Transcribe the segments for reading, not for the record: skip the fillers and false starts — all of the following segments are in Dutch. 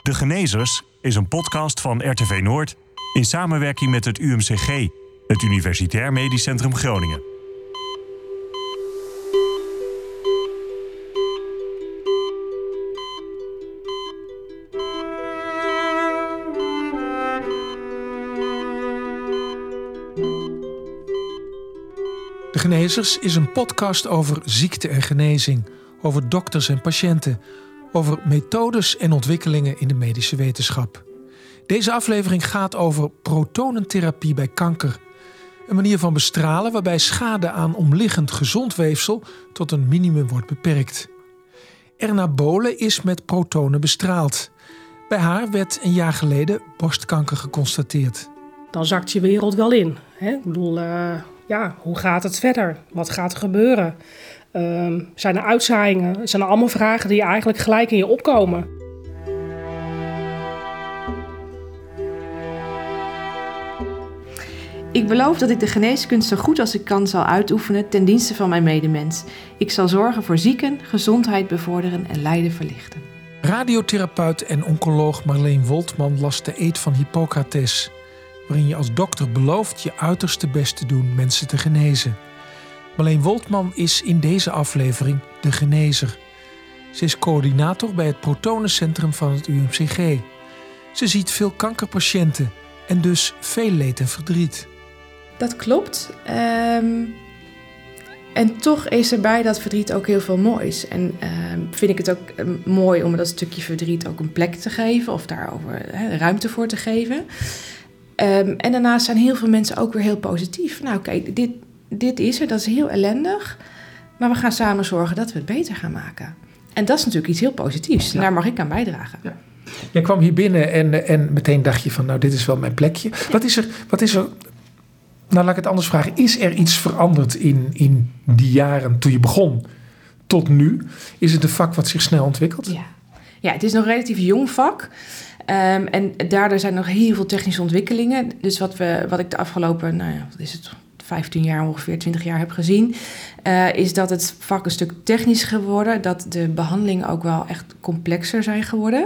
De Genezers is een podcast van RTV Noord in samenwerking met het UMCG, het Universitair Medisch Centrum Groningen. De Genezers is een podcast over ziekte en genezing, over dokters en patiënten, over methodes en ontwikkelingen in de medische wetenschap. Deze aflevering gaat over protonentherapie bij kanker. Een manier van bestralen waarbij schade aan omliggend gezond weefsel tot een minimum wordt beperkt. Erna Bole is met protonen bestraald. Bij haar werd een jaar geleden borstkanker geconstateerd. Dan zakt je wereld wel in. Hè? Ik bedoel, hoe gaat het verder? Wat gaat er gebeuren? Zijn er uitzaaiingen? Het zijn allemaal vragen die eigenlijk gelijk in je opkomen. Ik beloof dat ik de geneeskunst zo goed als ik kan zal uitoefenen ten dienste van mijn medemens. Ik zal zorgen voor zieken, gezondheid bevorderen en lijden verlichten. Radiotherapeut en oncoloog Marleen Woltman las de eed van Hippocrates, waarin je als dokter belooft je uiterste best te doen mensen te genezen. Marleen Woltman is in deze aflevering de genezer. Ze is coördinator bij het protonencentrum van het UMCG. Ze ziet veel kankerpatiënten en dus veel leed en verdriet. Dat klopt. En toch is er bij dat verdriet ook heel veel moois. En vind ik het ook mooi om dat stukje verdriet ook een plek te geven of daarover ruimte voor te geven. En daarnaast zijn heel veel mensen ook weer heel positief. Nou kijk, dit is er, dat is heel ellendig. Maar we gaan samen zorgen dat we het beter gaan maken. En dat is natuurlijk iets heel positiefs. Ja. Daar mag ik aan bijdragen. Ja. Je kwam hier binnen en meteen dacht je van, nou, dit is wel mijn plekje. Wat is er, nou laat ik het anders vragen. Is er iets veranderd in die jaren toen je begon tot nu? Is het een vak wat zich snel ontwikkelt? Ja, het is nog een relatief jong vak. En daardoor zijn nog heel veel technische ontwikkelingen. Dus wat ik de afgelopen, 15 jaar ongeveer, 20 jaar heb gezien, is dat het vak een stuk technisch geworden. Dat de behandelingen ook wel echt complexer zijn geworden.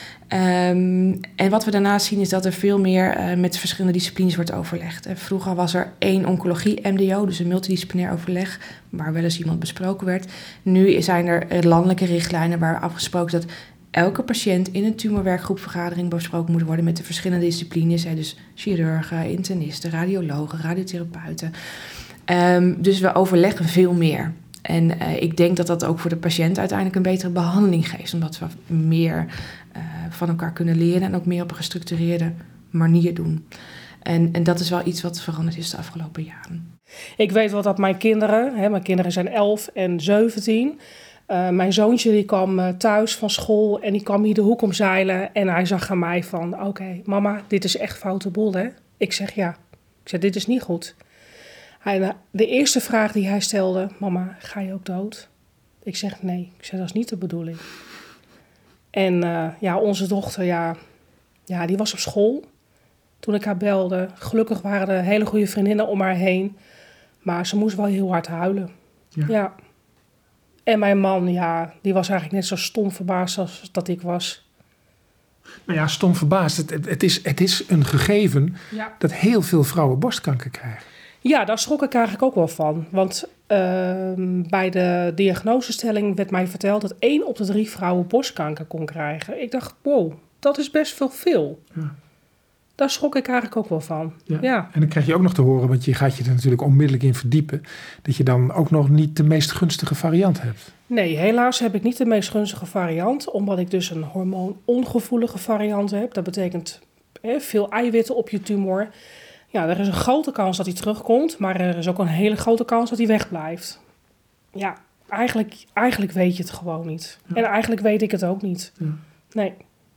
En wat we daarnaast zien is dat er veel meer met verschillende disciplines wordt overlegd. Vroeger was er 1 oncologie-MDO, dus een multidisciplinair overleg, waar wel eens iemand besproken werd. Nu zijn er landelijke richtlijnen waar afgesproken is dat elke patiënt in een tumorwerkgroepvergadering besproken moet worden met de verschillende disciplines. Dus chirurgen, internisten, radiologen, radiotherapeuten. Dus we overleggen veel meer. En ik denk dat dat ook voor de patiënt uiteindelijk een betere behandeling geeft. Omdat we meer van elkaar kunnen leren en ook meer op een gestructureerde manier doen. En dat is wel iets wat veranderd is de afgelopen jaren. Ik weet wel dat mijn kinderen zijn 11 en 17... mijn zoontje die kwam thuis van school en die kwam hier de hoek omzeilen. En hij zag aan mij van, oké, mama, dit is echt foute boel, hè? Ik zeg ja. Ik zeg, dit is niet goed. De eerste vraag die hij stelde, mama, ga je ook dood? Ik zeg nee. Ik zeg, dat is niet de bedoeling. En onze dochter, die was op school toen ik haar belde. Gelukkig waren er hele goede vriendinnen om haar heen. Maar ze moest wel heel hard huilen. Ja. En mijn man, die was eigenlijk net zo stom verbaasd als dat ik was. Nou ja, stom verbaasd. Het is een gegeven dat heel veel vrouwen borstkanker krijgen. Ja, daar schrok ik eigenlijk ook wel van. Want bij de diagnosestelling werd mij verteld dat 1 op de 3 vrouwen borstkanker kon krijgen. Ik dacht, wow, dat is best veel. Ja. Daar schrok ik eigenlijk ook wel van. Ja. En dan krijg je ook nog te horen, want je gaat je er natuurlijk onmiddellijk in verdiepen, dat je dan ook nog niet de meest gunstige variant hebt. Nee, helaas heb ik niet de meest gunstige variant, omdat ik dus een hormoonongevoelige variant heb. Dat betekent veel eiwitten op je tumor. Ja, er is een grote kans dat hij terugkomt, maar er is ook een hele grote kans dat hij wegblijft. Ja, eigenlijk weet je het gewoon niet. Ja. En eigenlijk weet ik het ook niet. Ja. Nee.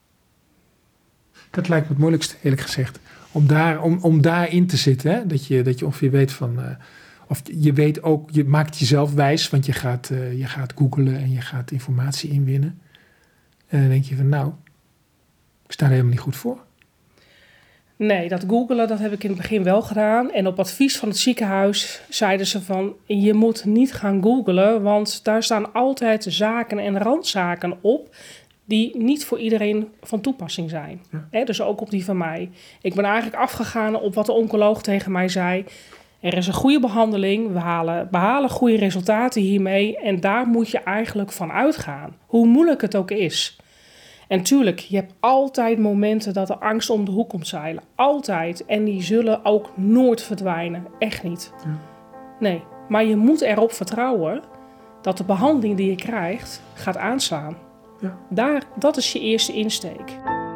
Dat lijkt me het moeilijkste, eerlijk gezegd. Om daarin te zitten. Hè? Dat je ongeveer weet van. Of je weet ook, je maakt jezelf wijs, want je gaat googlen en je gaat informatie inwinnen. En dan denk je van, nou, ik sta er helemaal niet goed voor. Nee, dat googelen, dat heb ik in het begin wel gedaan. En op advies van het ziekenhuis zeiden ze van, je moet niet gaan googelen, want daar staan altijd zaken en randzaken op die niet voor iedereen van toepassing zijn. Ja. Dus ook op die van mij. Ik ben eigenlijk afgegaan op wat de oncoloog tegen mij zei. Er is een goede behandeling, we behalen goede resultaten hiermee en daar moet je eigenlijk van uitgaan. Hoe moeilijk het ook is. En tuurlijk, je hebt altijd momenten dat de angst om de hoek komt zeilen. Altijd. En die zullen ook nooit verdwijnen. Echt niet. Ja. Nee, maar je moet erop vertrouwen dat de behandeling die je krijgt gaat aanslaan. Ja. Dat is je eerste insteek.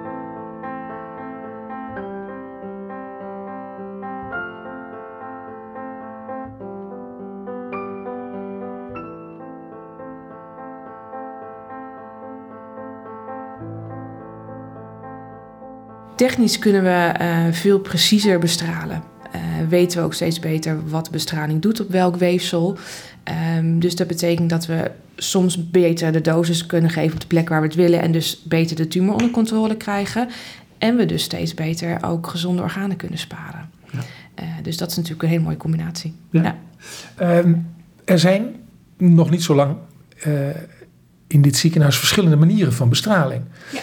Technisch kunnen we veel preciezer bestralen. Weten we ook steeds beter wat bestraling doet op welk weefsel. Dus dat betekent dat we soms beter de dosis kunnen geven op de plek waar we het willen en dus beter de tumor onder controle krijgen. En we dus steeds beter ook gezonde organen kunnen sparen. Ja. Dus dat is natuurlijk een hele mooie combinatie. Ja. Ja. Er zijn nog niet zo lang in dit ziekenhuis verschillende manieren van bestraling. Ja.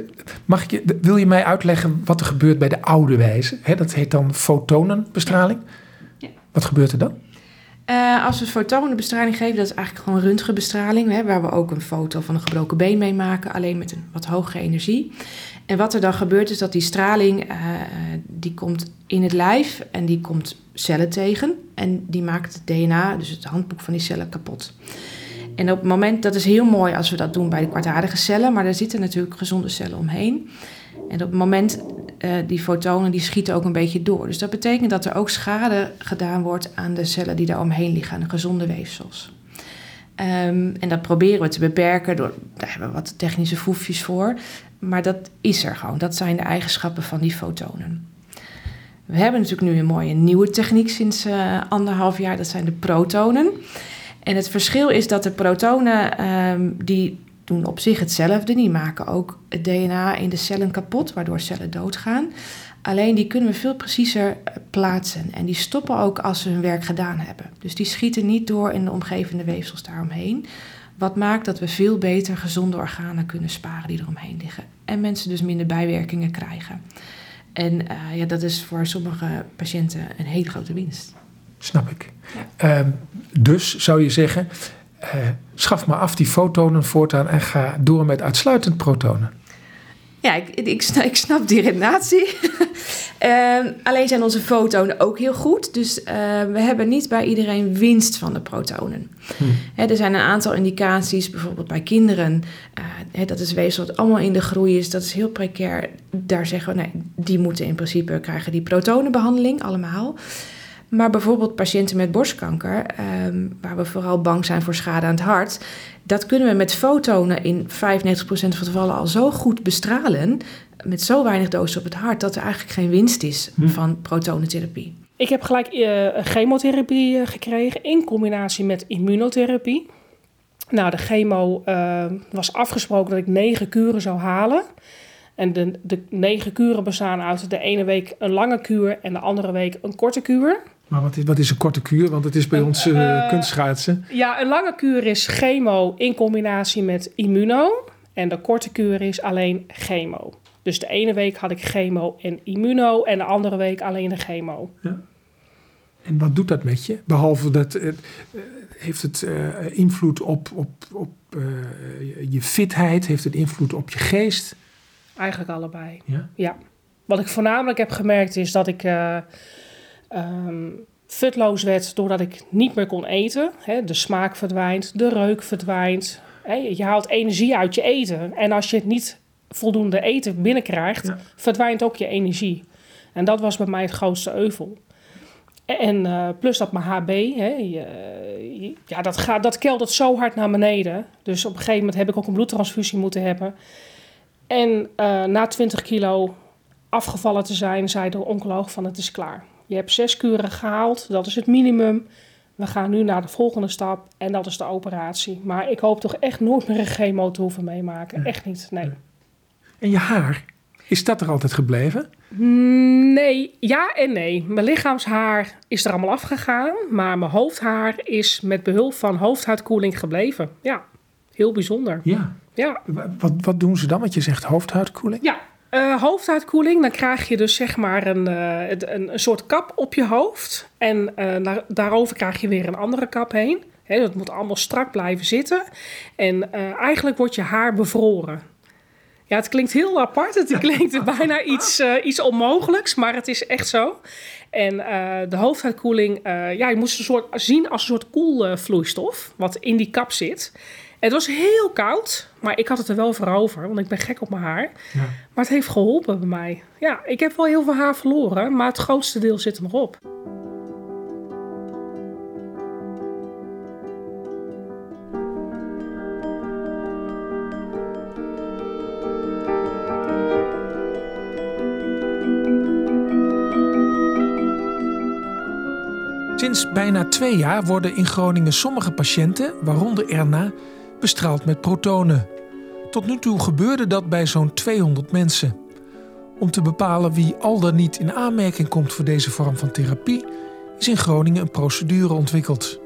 Wil je mij uitleggen wat er gebeurt bij de oude wijze? Dat heet dan fotonenbestraling. Ja. Wat gebeurt er dan? Als we fotonenbestraling geven, dat is eigenlijk gewoon röntgenbestraling, waar we ook een foto van een gebroken been mee maken, alleen met een wat hogere energie. En wat er dan gebeurt is dat die straling, die komt in het lijf en die komt cellen tegen. En die maakt het DNA, dus het handboek van die cellen, kapot. En op het moment, dat is heel mooi als we dat doen bij de kwaadaardige cellen, maar daar zitten natuurlijk gezonde cellen omheen. En op het moment, die fotonen, die schieten ook een beetje door. Dus dat betekent dat er ook schade gedaan wordt aan de cellen die daar omheen liggen, aan de gezonde weefsels. En dat proberen we te beperken, daar hebben we wat technische foefjes voor. Maar dat is er gewoon, dat zijn de eigenschappen van die fotonen. We hebben natuurlijk nu een mooie nieuwe techniek sinds 1,5 jaar, dat zijn de protonen. En het verschil is dat de protonen, die doen op zich hetzelfde. Die maken ook het DNA in de cellen kapot, waardoor cellen doodgaan. Alleen die kunnen we veel preciezer plaatsen. En die stoppen ook als ze hun werk gedaan hebben. Dus die schieten niet door in de omgevende weefsels daaromheen. Wat maakt dat we veel beter gezonde organen kunnen sparen die eromheen liggen. En mensen dus minder bijwerkingen krijgen. En dat is voor sommige patiënten een hele grote winst. Snap ik. Ja. Dus zou je zeggen, schaf maar af die fotonen voortaan en ga door met uitsluitend protonen. Ja, ik snap die redenatie. Alleen zijn onze fotonen ook heel goed. Dus we hebben niet bij iedereen winst van de protonen. Er zijn een aantal indicaties, bijvoorbeeld bij kinderen. Dat is weefsel wat allemaal in de groei is. Dat is heel precair. Daar zeggen we, nee, die moeten in principe krijgen die protonenbehandeling allemaal. Maar bijvoorbeeld patiënten met borstkanker, waar we vooral bang zijn voor schade aan het hart, dat kunnen we met fotonen in 95% van de gevallen al zo goed bestralen, met zo weinig dosis op het hart, dat er eigenlijk geen winst is van protonentherapie. Ik heb gelijk chemotherapie gekregen in combinatie met immunotherapie. Nou, de chemo was afgesproken dat ik 9 kuren zou halen. En de 9 kuren bestaan uit de ene week een lange kuur en de andere week een korte kuur. Maar wat is een korte kuur? Want het is bij ons kunstschaatsen. Ja, een lange kuur is chemo in combinatie met immuno. En de korte kuur is alleen chemo. Dus de ene week had ik chemo en immuno en de andere week alleen de chemo. Ja. En wat doet dat met je? Behalve dat heeft het invloed op je fitheid? Heeft het invloed op je geest? Eigenlijk allebei. Ja? Wat ik voornamelijk heb gemerkt is dat ik futloos werd doordat ik niet meer kon eten. De smaak verdwijnt, de reuk verdwijnt. Je haalt energie uit je eten. En als je het niet voldoende eten binnenkrijgt, verdwijnt ook je energie. En dat was bij mij het grootste euvel. En plus dat mijn HB, dat keldert zo hard naar beneden. Dus op een gegeven moment heb ik ook een bloedtransfusie moeten hebben. En na 20 kilo afgevallen te zijn, zei de oncoloog van het is klaar. Je hebt 6 kuren gehaald, dat is het minimum. We gaan nu naar de volgende stap en dat is de operatie. Maar ik hoop toch echt nooit meer een chemo te hoeven meemaken. Ja. Echt niet, nee. En je haar, is dat er altijd gebleven? Nee, ja en nee. Mijn lichaamshaar is er allemaal afgegaan. Maar mijn hoofdhaar is met behulp van hoofdhuidkoeling gebleven. Ja. Heel bijzonder. Ja. Wat doen ze dan? Want je zegt hoofdhuidkoeling. Ja, hoofdhuidkoeling. Dan krijg je dus zeg maar een soort kap op je hoofd. En daarover krijg je weer een andere kap heen. Dat moet allemaal strak blijven zitten. En eigenlijk wordt je haar bevroren. Ja, het klinkt heel apart. Het klinkt bijna iets onmogelijks, maar het is echt zo. En de hoofdhuidkoeling, je moest een soort zien als een soort koelvloeistof wat in die kap zit. Het was heel koud, maar ik had het er wel voor over, want ik ben gek op mijn haar. Ja. Maar het heeft geholpen bij mij. Ja, ik heb wel heel veel haar verloren, maar het grootste deel zit er nog op. Sinds bijna 2 jaar worden in Groningen sommige patiënten, waaronder Erna, bestraald met protonen. Tot nu toe gebeurde dat bij zo'n 200 mensen. Om te bepalen wie al dan niet in aanmerking komt voor deze vorm van therapie, is in Groningen een procedure ontwikkeld.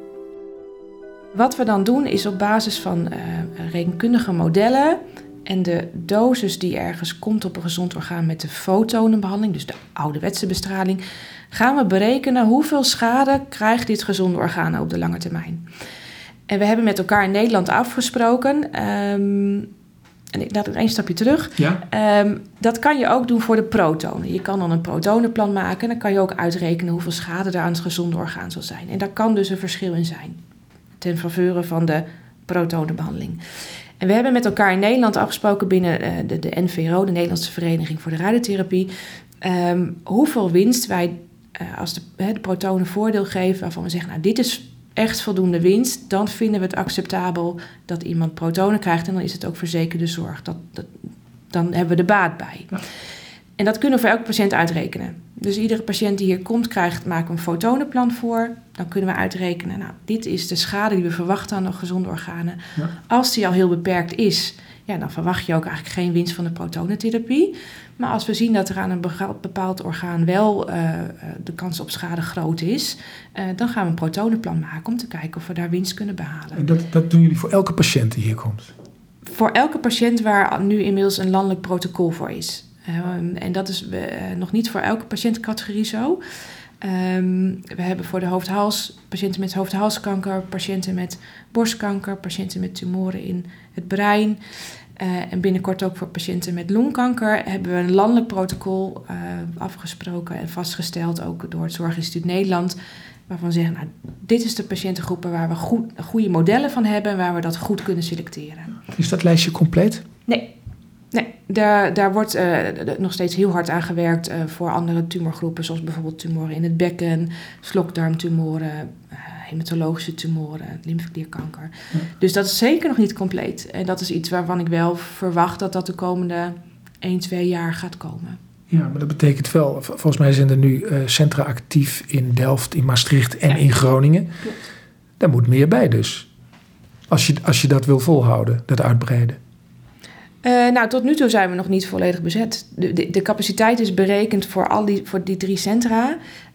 Wat we dan doen is op basis van rekenkundige modellen en de dosis die ergens komt op een gezond orgaan met de fotonenbehandeling, dus de ouderwetse bestraling, gaan we berekenen hoeveel schade krijgt dit gezonde orgaan op de lange termijn. En we hebben met elkaar in Nederland afgesproken, en ik laat het 1 stapje terug, dat kan je ook doen voor de protonen. Je kan dan een protonenplan maken en dan kan je ook uitrekenen hoeveel schade er aan het gezonde orgaan zal zijn. En daar kan dus een verschil in zijn, ten faveur van de protonenbehandeling. En we hebben met elkaar in Nederland afgesproken binnen de NVRO, de Nederlandse Vereniging voor de Radiotherapie, hoeveel winst wij als de protonen voordeel geven, waarvan we zeggen, nou, dit is echt voldoende winst, dan vinden we het acceptabel dat iemand protonen krijgt en dan is het ook verzekerde zorg. Dan hebben we de baat bij. Ja. En dat kunnen we voor elke patiënt uitrekenen. Dus iedere patiënt die hier komt, maken we een fotonenplan voor. Dan kunnen we uitrekenen, nou, dit is de schade die we verwachten aan de gezonde organen. Ja. Als die al heel beperkt is, dan verwacht je ook eigenlijk geen winst van de protonentherapie. Maar als we zien dat er aan een bepaald orgaan wel de kans op schade groot is, dan gaan we een protonenplan maken om te kijken of we daar winst kunnen behalen. En dat doen jullie voor elke patiënt die hier komt? Voor elke patiënt waar nu inmiddels een landelijk protocol voor is. En dat is nog niet voor elke patiëntcategorie zo. We hebben voor de hoofd-hals, patiënten met hoofd-halskanker, patiënten met borstkanker, patiënten met tumoren in het brein. En binnenkort ook voor patiënten met longkanker hebben we een landelijk protocol afgesproken en vastgesteld, ook door het Zorginstituut Nederland, waarvan we zeggen, nou, dit is de patiëntengroepen waar we goede modellen van hebben en waar we dat goed kunnen selecteren. Is dat lijstje compleet? Nee, daar wordt nog steeds heel hard aan gewerkt voor andere tumorgroepen, zoals bijvoorbeeld tumoren in het bekken, slokdarmtumoren, hematologische tumoren, lymfeklierkanker. Ja. Dus dat is zeker nog niet compleet. En dat is iets waarvan ik wel verwacht dat de komende 1-2 jaar gaat komen. Ja, maar dat betekent wel, volgens mij zijn er nu centra actief in Delft, in Maastricht en in Groningen. Klopt. Daar moet meer bij dus. Als je dat wil volhouden, dat uitbreiden. Tot nu toe zijn we nog niet volledig bezet. De capaciteit is berekend voor die 3 centra.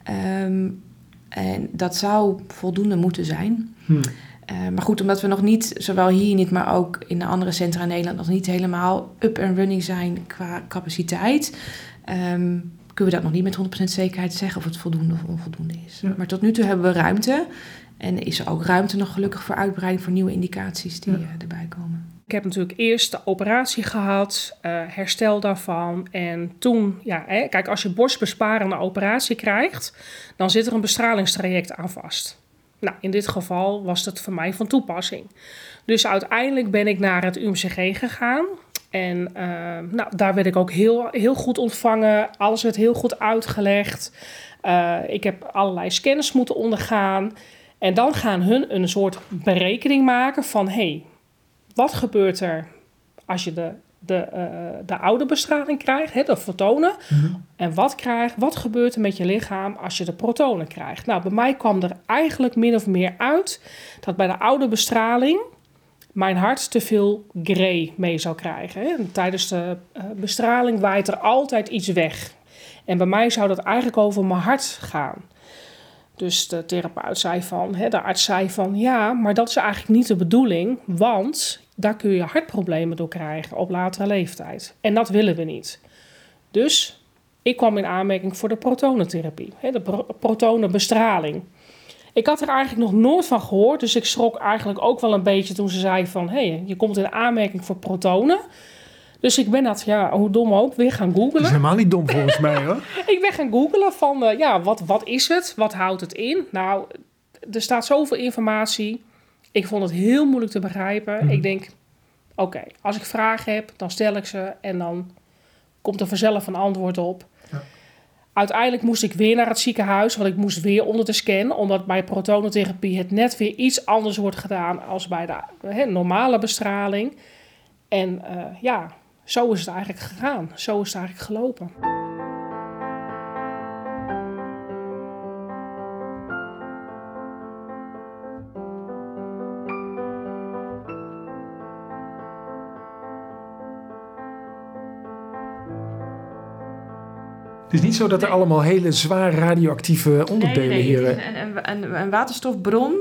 En dat zou voldoende moeten zijn. Maar goed, omdat we nog niet, zowel hier niet, maar ook in de andere centra in Nederland, nog niet helemaal up and running zijn qua capaciteit, kunnen we dat nog niet met 100% zekerheid zeggen of het voldoende of onvoldoende is. Ja. Maar tot nu toe hebben we ruimte. En is er ook ruimte nog gelukkig voor uitbreiding voor nieuwe indicaties die erbij komen. Ik heb natuurlijk eerst de operatie gehad, herstel daarvan. En toen, kijk, als je borstbesparende operatie krijgt, dan zit er een bestralingstraject aan vast. Nou, in dit geval was dat voor mij van toepassing. Dus uiteindelijk ben ik naar het UMCG gegaan. En daar werd ik ook heel, heel goed ontvangen. Alles werd heel goed uitgelegd. Ik heb allerlei scans moeten ondergaan. En dan gaan hun een soort berekening maken van, wat gebeurt er als je de oude bestraling krijgt, de fotonen? Mm-hmm. En wat gebeurt er met je lichaam als je de protonen krijgt? Nou, bij mij kwam er eigenlijk min of meer uit dat bij de oude bestraling mijn hart te veel grey mee zou krijgen. En tijdens de bestraling waait er altijd iets weg. En bij mij zou dat eigenlijk over mijn hart gaan. Dus de therapeut zei de arts zei van, ja, maar dat is eigenlijk niet de bedoeling, want daar kun je hartproblemen door krijgen op latere leeftijd. En dat willen we niet. Dus ik kwam in aanmerking voor de protonentherapie, de protonenbestraling. Ik had er eigenlijk nog nooit van gehoord, dus ik schrok eigenlijk ook wel een beetje toen ze zei van... je komt in aanmerking voor protonen. Dus ik ben dat, hoe dom ook, weer gaan googlen. Dat is helemaal niet dom volgens mij, hoor. Ik ben gaan googlen van, wat is het? Wat houdt het in? Nou, er staat zoveel informatie. Ik vond het heel moeilijk te begrijpen. Ik denk, oké, als ik vragen heb, dan stel ik ze en dan komt er vanzelf een antwoord op. Ja. Uiteindelijk moest ik weer naar het ziekenhuis, want ik moest weer onder de scan, omdat bij protonentherapie het net weer iets anders wordt gedaan als bij de normale bestraling. En zo is het eigenlijk gegaan. Zo is het eigenlijk gelopen. Het is niet zo dat er allemaal hele zwaar radioactieve onderdelen hier... Een waterstofbron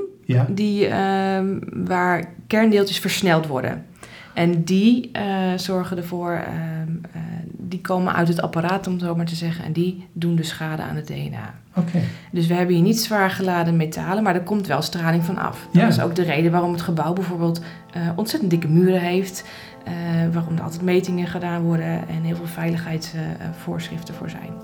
waar kerndeeltjes versneld worden. En die zorgen ervoor, die komen uit het apparaat, om het zo maar te zeggen. En die doen de schade aan het DNA. Okay. Dus we hebben hier niet zwaar geladen metalen, maar er komt wel straling van af. Ja. Dat is ook de reden waarom het gebouw bijvoorbeeld ontzettend dikke muren heeft. Waarom er altijd metingen gedaan worden en heel veel veiligheidsvoorschriften voor zijn.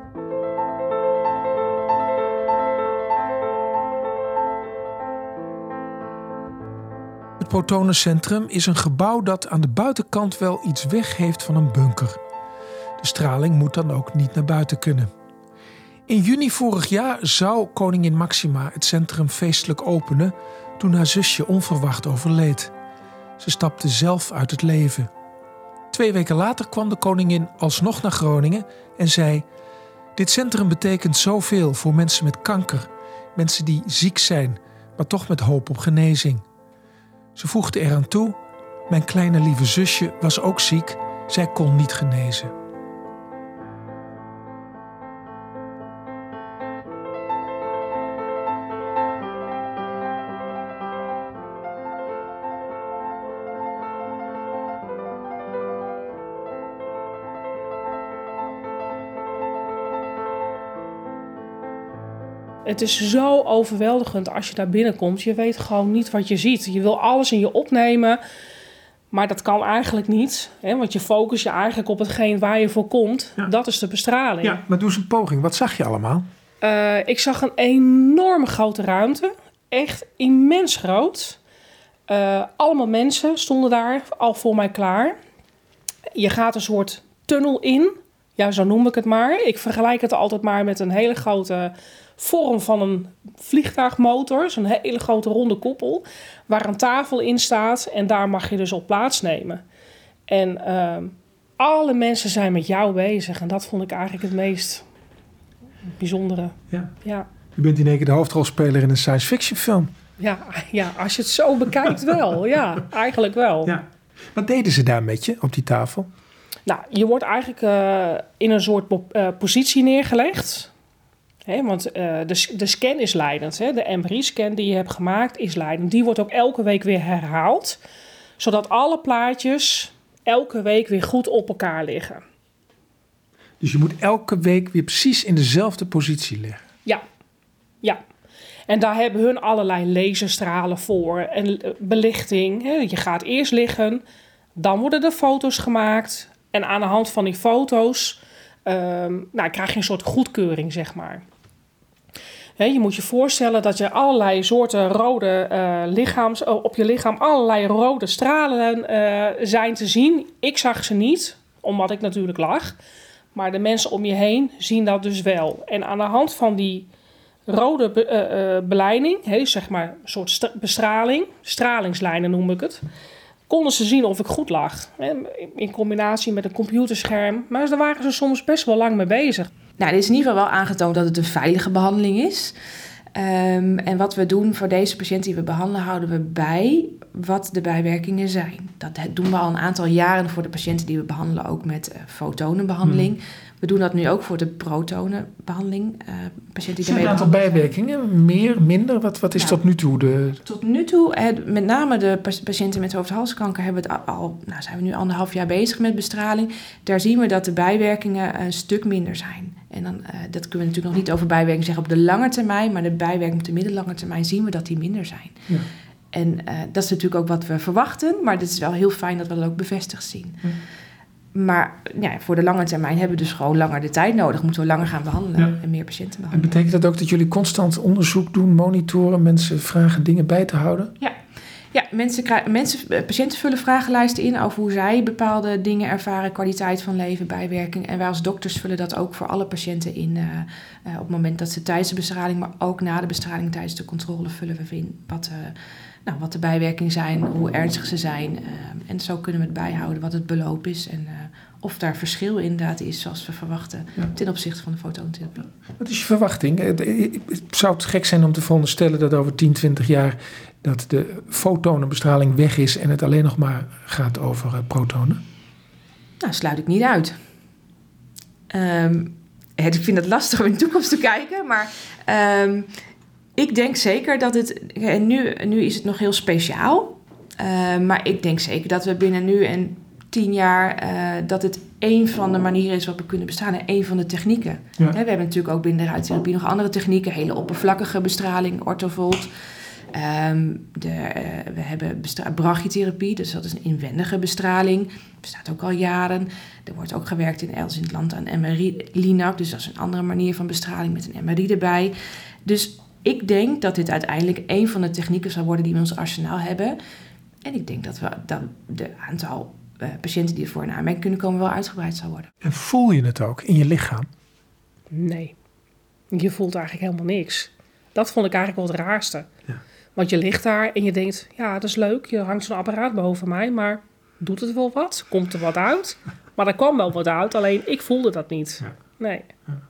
Het protonencentrum is een gebouw dat aan de buitenkant wel iets weg heeft van een bunker. De straling moet dan ook niet naar buiten kunnen. In juni vorig jaar zou koningin Máxima het centrum feestelijk openen toen haar zusje onverwacht overleed. Ze stapte zelf uit het leven. 2 weken later kwam de koningin alsnog naar Groningen en zei: dit centrum betekent zoveel voor mensen met kanker, mensen die ziek zijn, maar toch met hoop op genezing. Ze voegde eraan toe: mijn kleine lieve zusje was ook ziek, zij kon niet genezen. Het is zo overweldigend als je daar binnenkomt. Je weet gewoon niet wat je ziet. Je wil alles in je opnemen, maar dat kan eigenlijk niet. Want je focus je eigenlijk op hetgeen waar je voor komt. Ja. Dat is de bestraling. Ja, maar doe eens een poging. Wat zag je allemaal? Ik zag een enorme grote ruimte. Echt immens groot. Allemaal mensen stonden daar al voor mij klaar. Je gaat een soort tunnel in. Ja, zo noem ik het maar. Ik vergelijk het altijd maar met een hele grote vorm van een vliegtuigmotor. Zo'n hele grote ronde koepel. Waar een tafel in staat. En daar mag je dus op plaatsnemen. En alle mensen zijn met jou bezig. En dat vond ik eigenlijk het meest bijzondere. Ja. U bent in één keer de hoofdrolspeler in een science fiction film. Ja, als je het zo bekijkt wel. Ja, eigenlijk wel. Ja. Wat deden ze daar met je op die tafel? Nou, je wordt eigenlijk in een soort positie neergelegd. Want de scan is leidend. De MRI-scan die je hebt gemaakt is leidend. Die wordt ook elke week weer herhaald. Zodat alle plaatjes elke week weer goed op elkaar liggen. Dus je moet elke week weer precies in dezelfde positie liggen? Ja. En daar hebben hun allerlei laserstralen voor en belichting. Je gaat eerst liggen, dan worden er foto's gemaakt. En aan de hand van die foto's krijg je een soort goedkeuring, zeg maar. Je moet je voorstellen dat je allerlei soorten rode op je lichaam allerlei rode stralen zijn te zien. Ik zag ze niet, omdat ik natuurlijk lag. Maar de mensen om je heen zien dat dus wel. En aan de hand van die rode beleiding, zeg maar een soort bestraling, stralingslijnen noem ik het, konden ze zien of ik goed lag. In combinatie met een computerscherm. Maar daar waren ze soms best wel lang mee bezig. Nou, er is in ieder geval wel aangetoond dat het een veilige behandeling is. En wat we doen voor deze patiënt die we behandelen, houden we bij wat de bijwerkingen zijn. Dat doen we al een aantal jaren voor de patiënten die we behandelen, ook met fotonenbehandeling. We doen dat nu ook voor de protonenbehandeling. Patiënten die zijn een aantal bijwerkingen? Meer, minder? Wat is tot nu toe? Tot nu toe, met name de patiënten met hoofd-halskanker hebben we het al, zijn we nu 1,5 jaar bezig met bestraling. Daar zien we dat de bijwerkingen een stuk minder zijn. En dan, dat kunnen we natuurlijk nog niet over bijwerkingen zeggen op de lange termijn, maar de bijwerkingen op de middellange termijn zien we dat die minder zijn. Ja. En dat is natuurlijk ook wat we verwachten, maar het is wel heel fijn dat we dat ook bevestigd zien. Ja. Maar voor de lange termijn hebben we dus gewoon langer de tijd nodig. Moeten we langer gaan behandelen en meer patiënten behandelen. En betekent dat ook dat jullie constant onderzoek doen, monitoren, mensen vragen dingen bij te houden? Ja, patiënten vullen vragenlijsten in over hoe zij bepaalde dingen ervaren, kwaliteit van leven, bijwerking. En wij als dokters vullen dat ook voor alle patiënten in op het moment dat ze tijdens de bestraling, maar ook na de bestraling tijdens de controle vullen we in wat de bijwerkingen zijn, hoe ernstig ze zijn. En zo kunnen we het bijhouden wat het beloop is en of daar verschil inderdaad is zoals we verwachten ten opzichte van de fotontherapie. Wat is je verwachting? Zou het gek zijn om te veronderstellen dat over 10, 20 jaar dat de fotonenbestraling weg is en het alleen nog maar gaat over protonen? Nou, sluit ik niet uit. Ik vind het lastig om in de toekomst te kijken, maar ik denk zeker dat het... En nu is het nog heel speciaal, maar ik denk zeker dat we binnen nu en 10 jaar... dat het één van de manieren is waarop we kunnen bestaan en één van de technieken. Ja. We hebben natuurlijk ook binnen de ruimtetherapie nog andere technieken, hele oppervlakkige bestraling, orthovolt. We hebben brachytherapie, dus dat is een inwendige bestraling. Bestaat ook al jaren. Er wordt ook gewerkt in het land aan MRI-LINAC, dus dat is een andere manier van bestraling met een MRI erbij. Dus ik denk dat dit uiteindelijk één van de technieken zal worden die we in ons arsenaal hebben. En ik denk dat de aantal patiënten die ervoor in aanmerking kunnen komen wel uitgebreid zal worden. En voel je het ook in je lichaam? Nee, je voelt eigenlijk helemaal niks. Dat vond ik eigenlijk wel het raarste. Ja. Want je ligt daar en je denkt, ja, dat is leuk. Je hangt zo'n apparaat boven mij, maar doet het wel wat? Komt er wat uit? Maar er kwam wel wat uit, alleen ik voelde dat niet. Ja. Nee.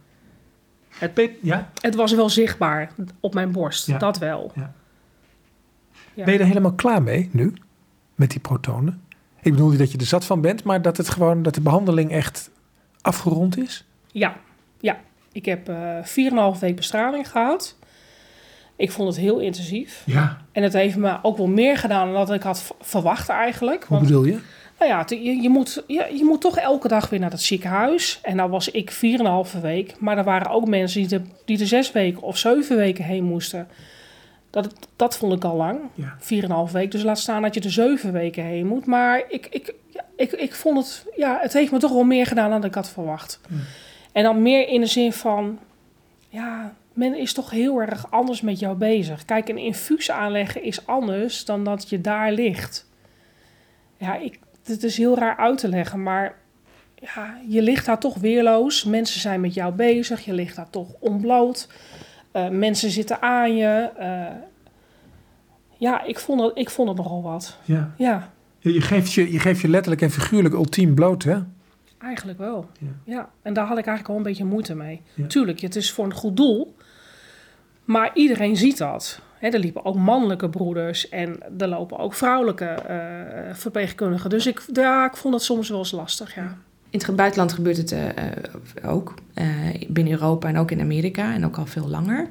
Ja. Het was wel zichtbaar op mijn borst, dat wel. Ja. Ja. Ben je er helemaal klaar mee nu, met die protonen? Ik bedoel niet dat je er zat van bent, maar dat de behandeling echt afgerond is? Ja. Ik heb 4,5 week bestraling gehad. Ik vond het heel intensief. Ja. En het heeft me ook wel meer gedaan dan dat ik had verwacht eigenlijk. Hoe bedoel je? Nou ja, je moet toch elke dag weer naar het ziekenhuis. En nou was ik 4,5 week. Maar er waren ook mensen die er 6 weken of 7 weken heen moesten. Dat vond ik al lang. Ja. 4,5 week. Dus laat staan dat je er 7 weken heen moet. Maar ik vond het... Ja, het heeft me toch wel meer gedaan dan ik had verwacht. Ja. En dan meer in de zin van... Ja, men is toch heel erg anders met jou bezig. Kijk, een infuus aanleggen is anders dan dat je daar ligt. Ja, het is heel raar uit te leggen, maar ja, je ligt daar toch weerloos. Mensen zijn met jou bezig, je ligt daar toch ontbloot. Mensen zitten aan je. Ja, ik vond het nogal wat. Ja. Je geeft je letterlijk en figuurlijk ultiem bloot, hè? Eigenlijk wel, ja. En daar had ik eigenlijk wel een beetje moeite mee. Ja. Tuurlijk, het is voor een goed doel. Maar iedereen ziet dat. Er liepen ook mannelijke broeders en er lopen ook vrouwelijke verpleegkundigen. Dus ik vond dat soms wel eens lastig, ja. In het buitenland gebeurt het ook. Binnen Europa en ook in Amerika en ook al veel langer.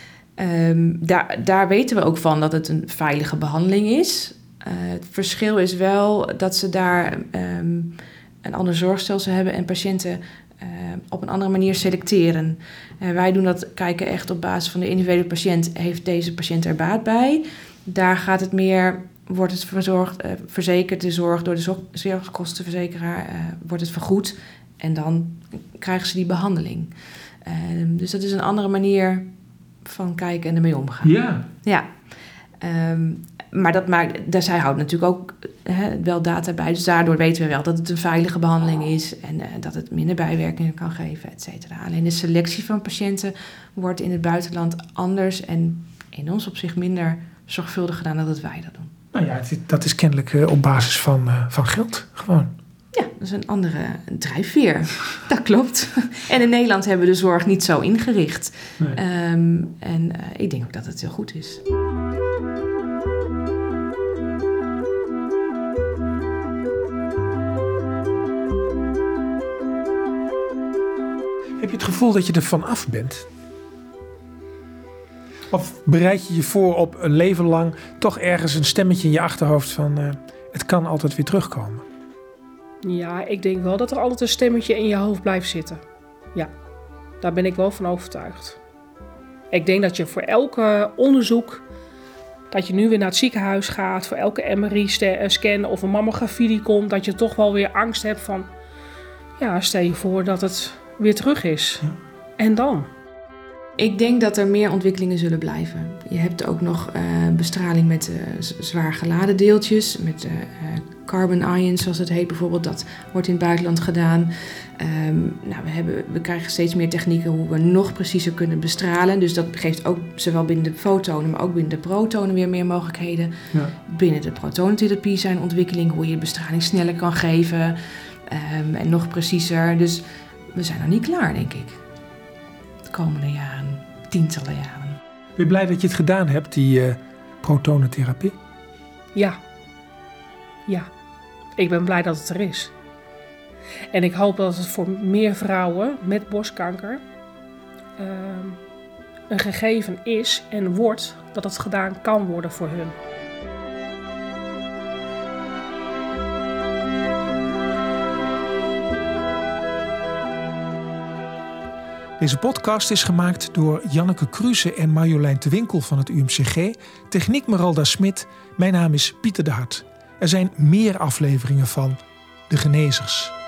Daar weten we ook van dat het een veilige behandeling is. Het verschil is wel dat ze daar een ander zorgstelsel hebben en patiënten op een andere manier selecteren. Wij doen dat, kijken echt op basis van de individuele patiënt. Heeft deze patiënt er baat bij? Daar gaat het meer, wordt het verzekerd, de zorg door de zorgkostenverzekeraar, wordt het vergoed. En dan krijgen ze die behandeling. Dus dat is een andere manier van kijken en ermee omgaan. Ja. Maar dat maakt, zij houdt natuurlijk ook wel data bij. Dus daardoor weten we wel dat het een veilige behandeling is. En dat het minder bijwerkingen kan geven, et cetera. Alleen de selectie van patiënten wordt in het buitenland anders. En in ons opzicht minder zorgvuldig gedaan dan dat wij dat doen. Nou ja, dat is kennelijk op basis van geld gewoon. Ja, dat is een andere drijfveer. Dat klopt. En in Nederland hebben we de zorg niet zo ingericht. Nee. Ik denk ook dat het heel goed is. Heb je het gevoel dat je er van af bent? Of bereid je je voor op een leven lang toch ergens een stemmetje in je achterhoofd van het kan altijd weer terugkomen? Ja, ik denk wel dat er altijd een stemmetje in je hoofd blijft zitten. Ja, daar ben ik wel van overtuigd. Ik denk dat je voor elke onderzoek, dat je nu weer naar het ziekenhuis gaat, voor elke MRI-scan of een mammografie die komt, dat je toch wel weer angst hebt van, ja, stel je voor dat het weer terug is. Ja. En dan? Ik denk dat er meer ontwikkelingen zullen blijven. Je hebt ook nog bestraling met zwaar geladen deeltjes, met carbon ions zoals het heet bijvoorbeeld. Dat wordt in het buitenland gedaan. We krijgen steeds meer technieken hoe we nog preciezer kunnen bestralen. Dus dat geeft ook zowel binnen de fotonen, maar ook binnen de protonen weer meer mogelijkheden. Ja. Binnen de protonentherapie zijn ontwikkelingen hoe je bestraling sneller kan geven en nog preciezer. Dus we zijn nog niet klaar, denk ik. De komende jaren, tientallen jaren. Ben je blij dat je het gedaan hebt, die protonentherapie? Ja. Ik ben blij dat het er is. En ik hoop dat het voor meer vrouwen met borstkanker een gegeven is en wordt dat het gedaan kan worden voor hun. Deze podcast is gemaakt door Janneke Kruse en Marjolein de Winkel van het UMCG. Techniek Meralda Smit. Mijn naam is Pieter de Hart. Er zijn meer afleveringen van De Genezers.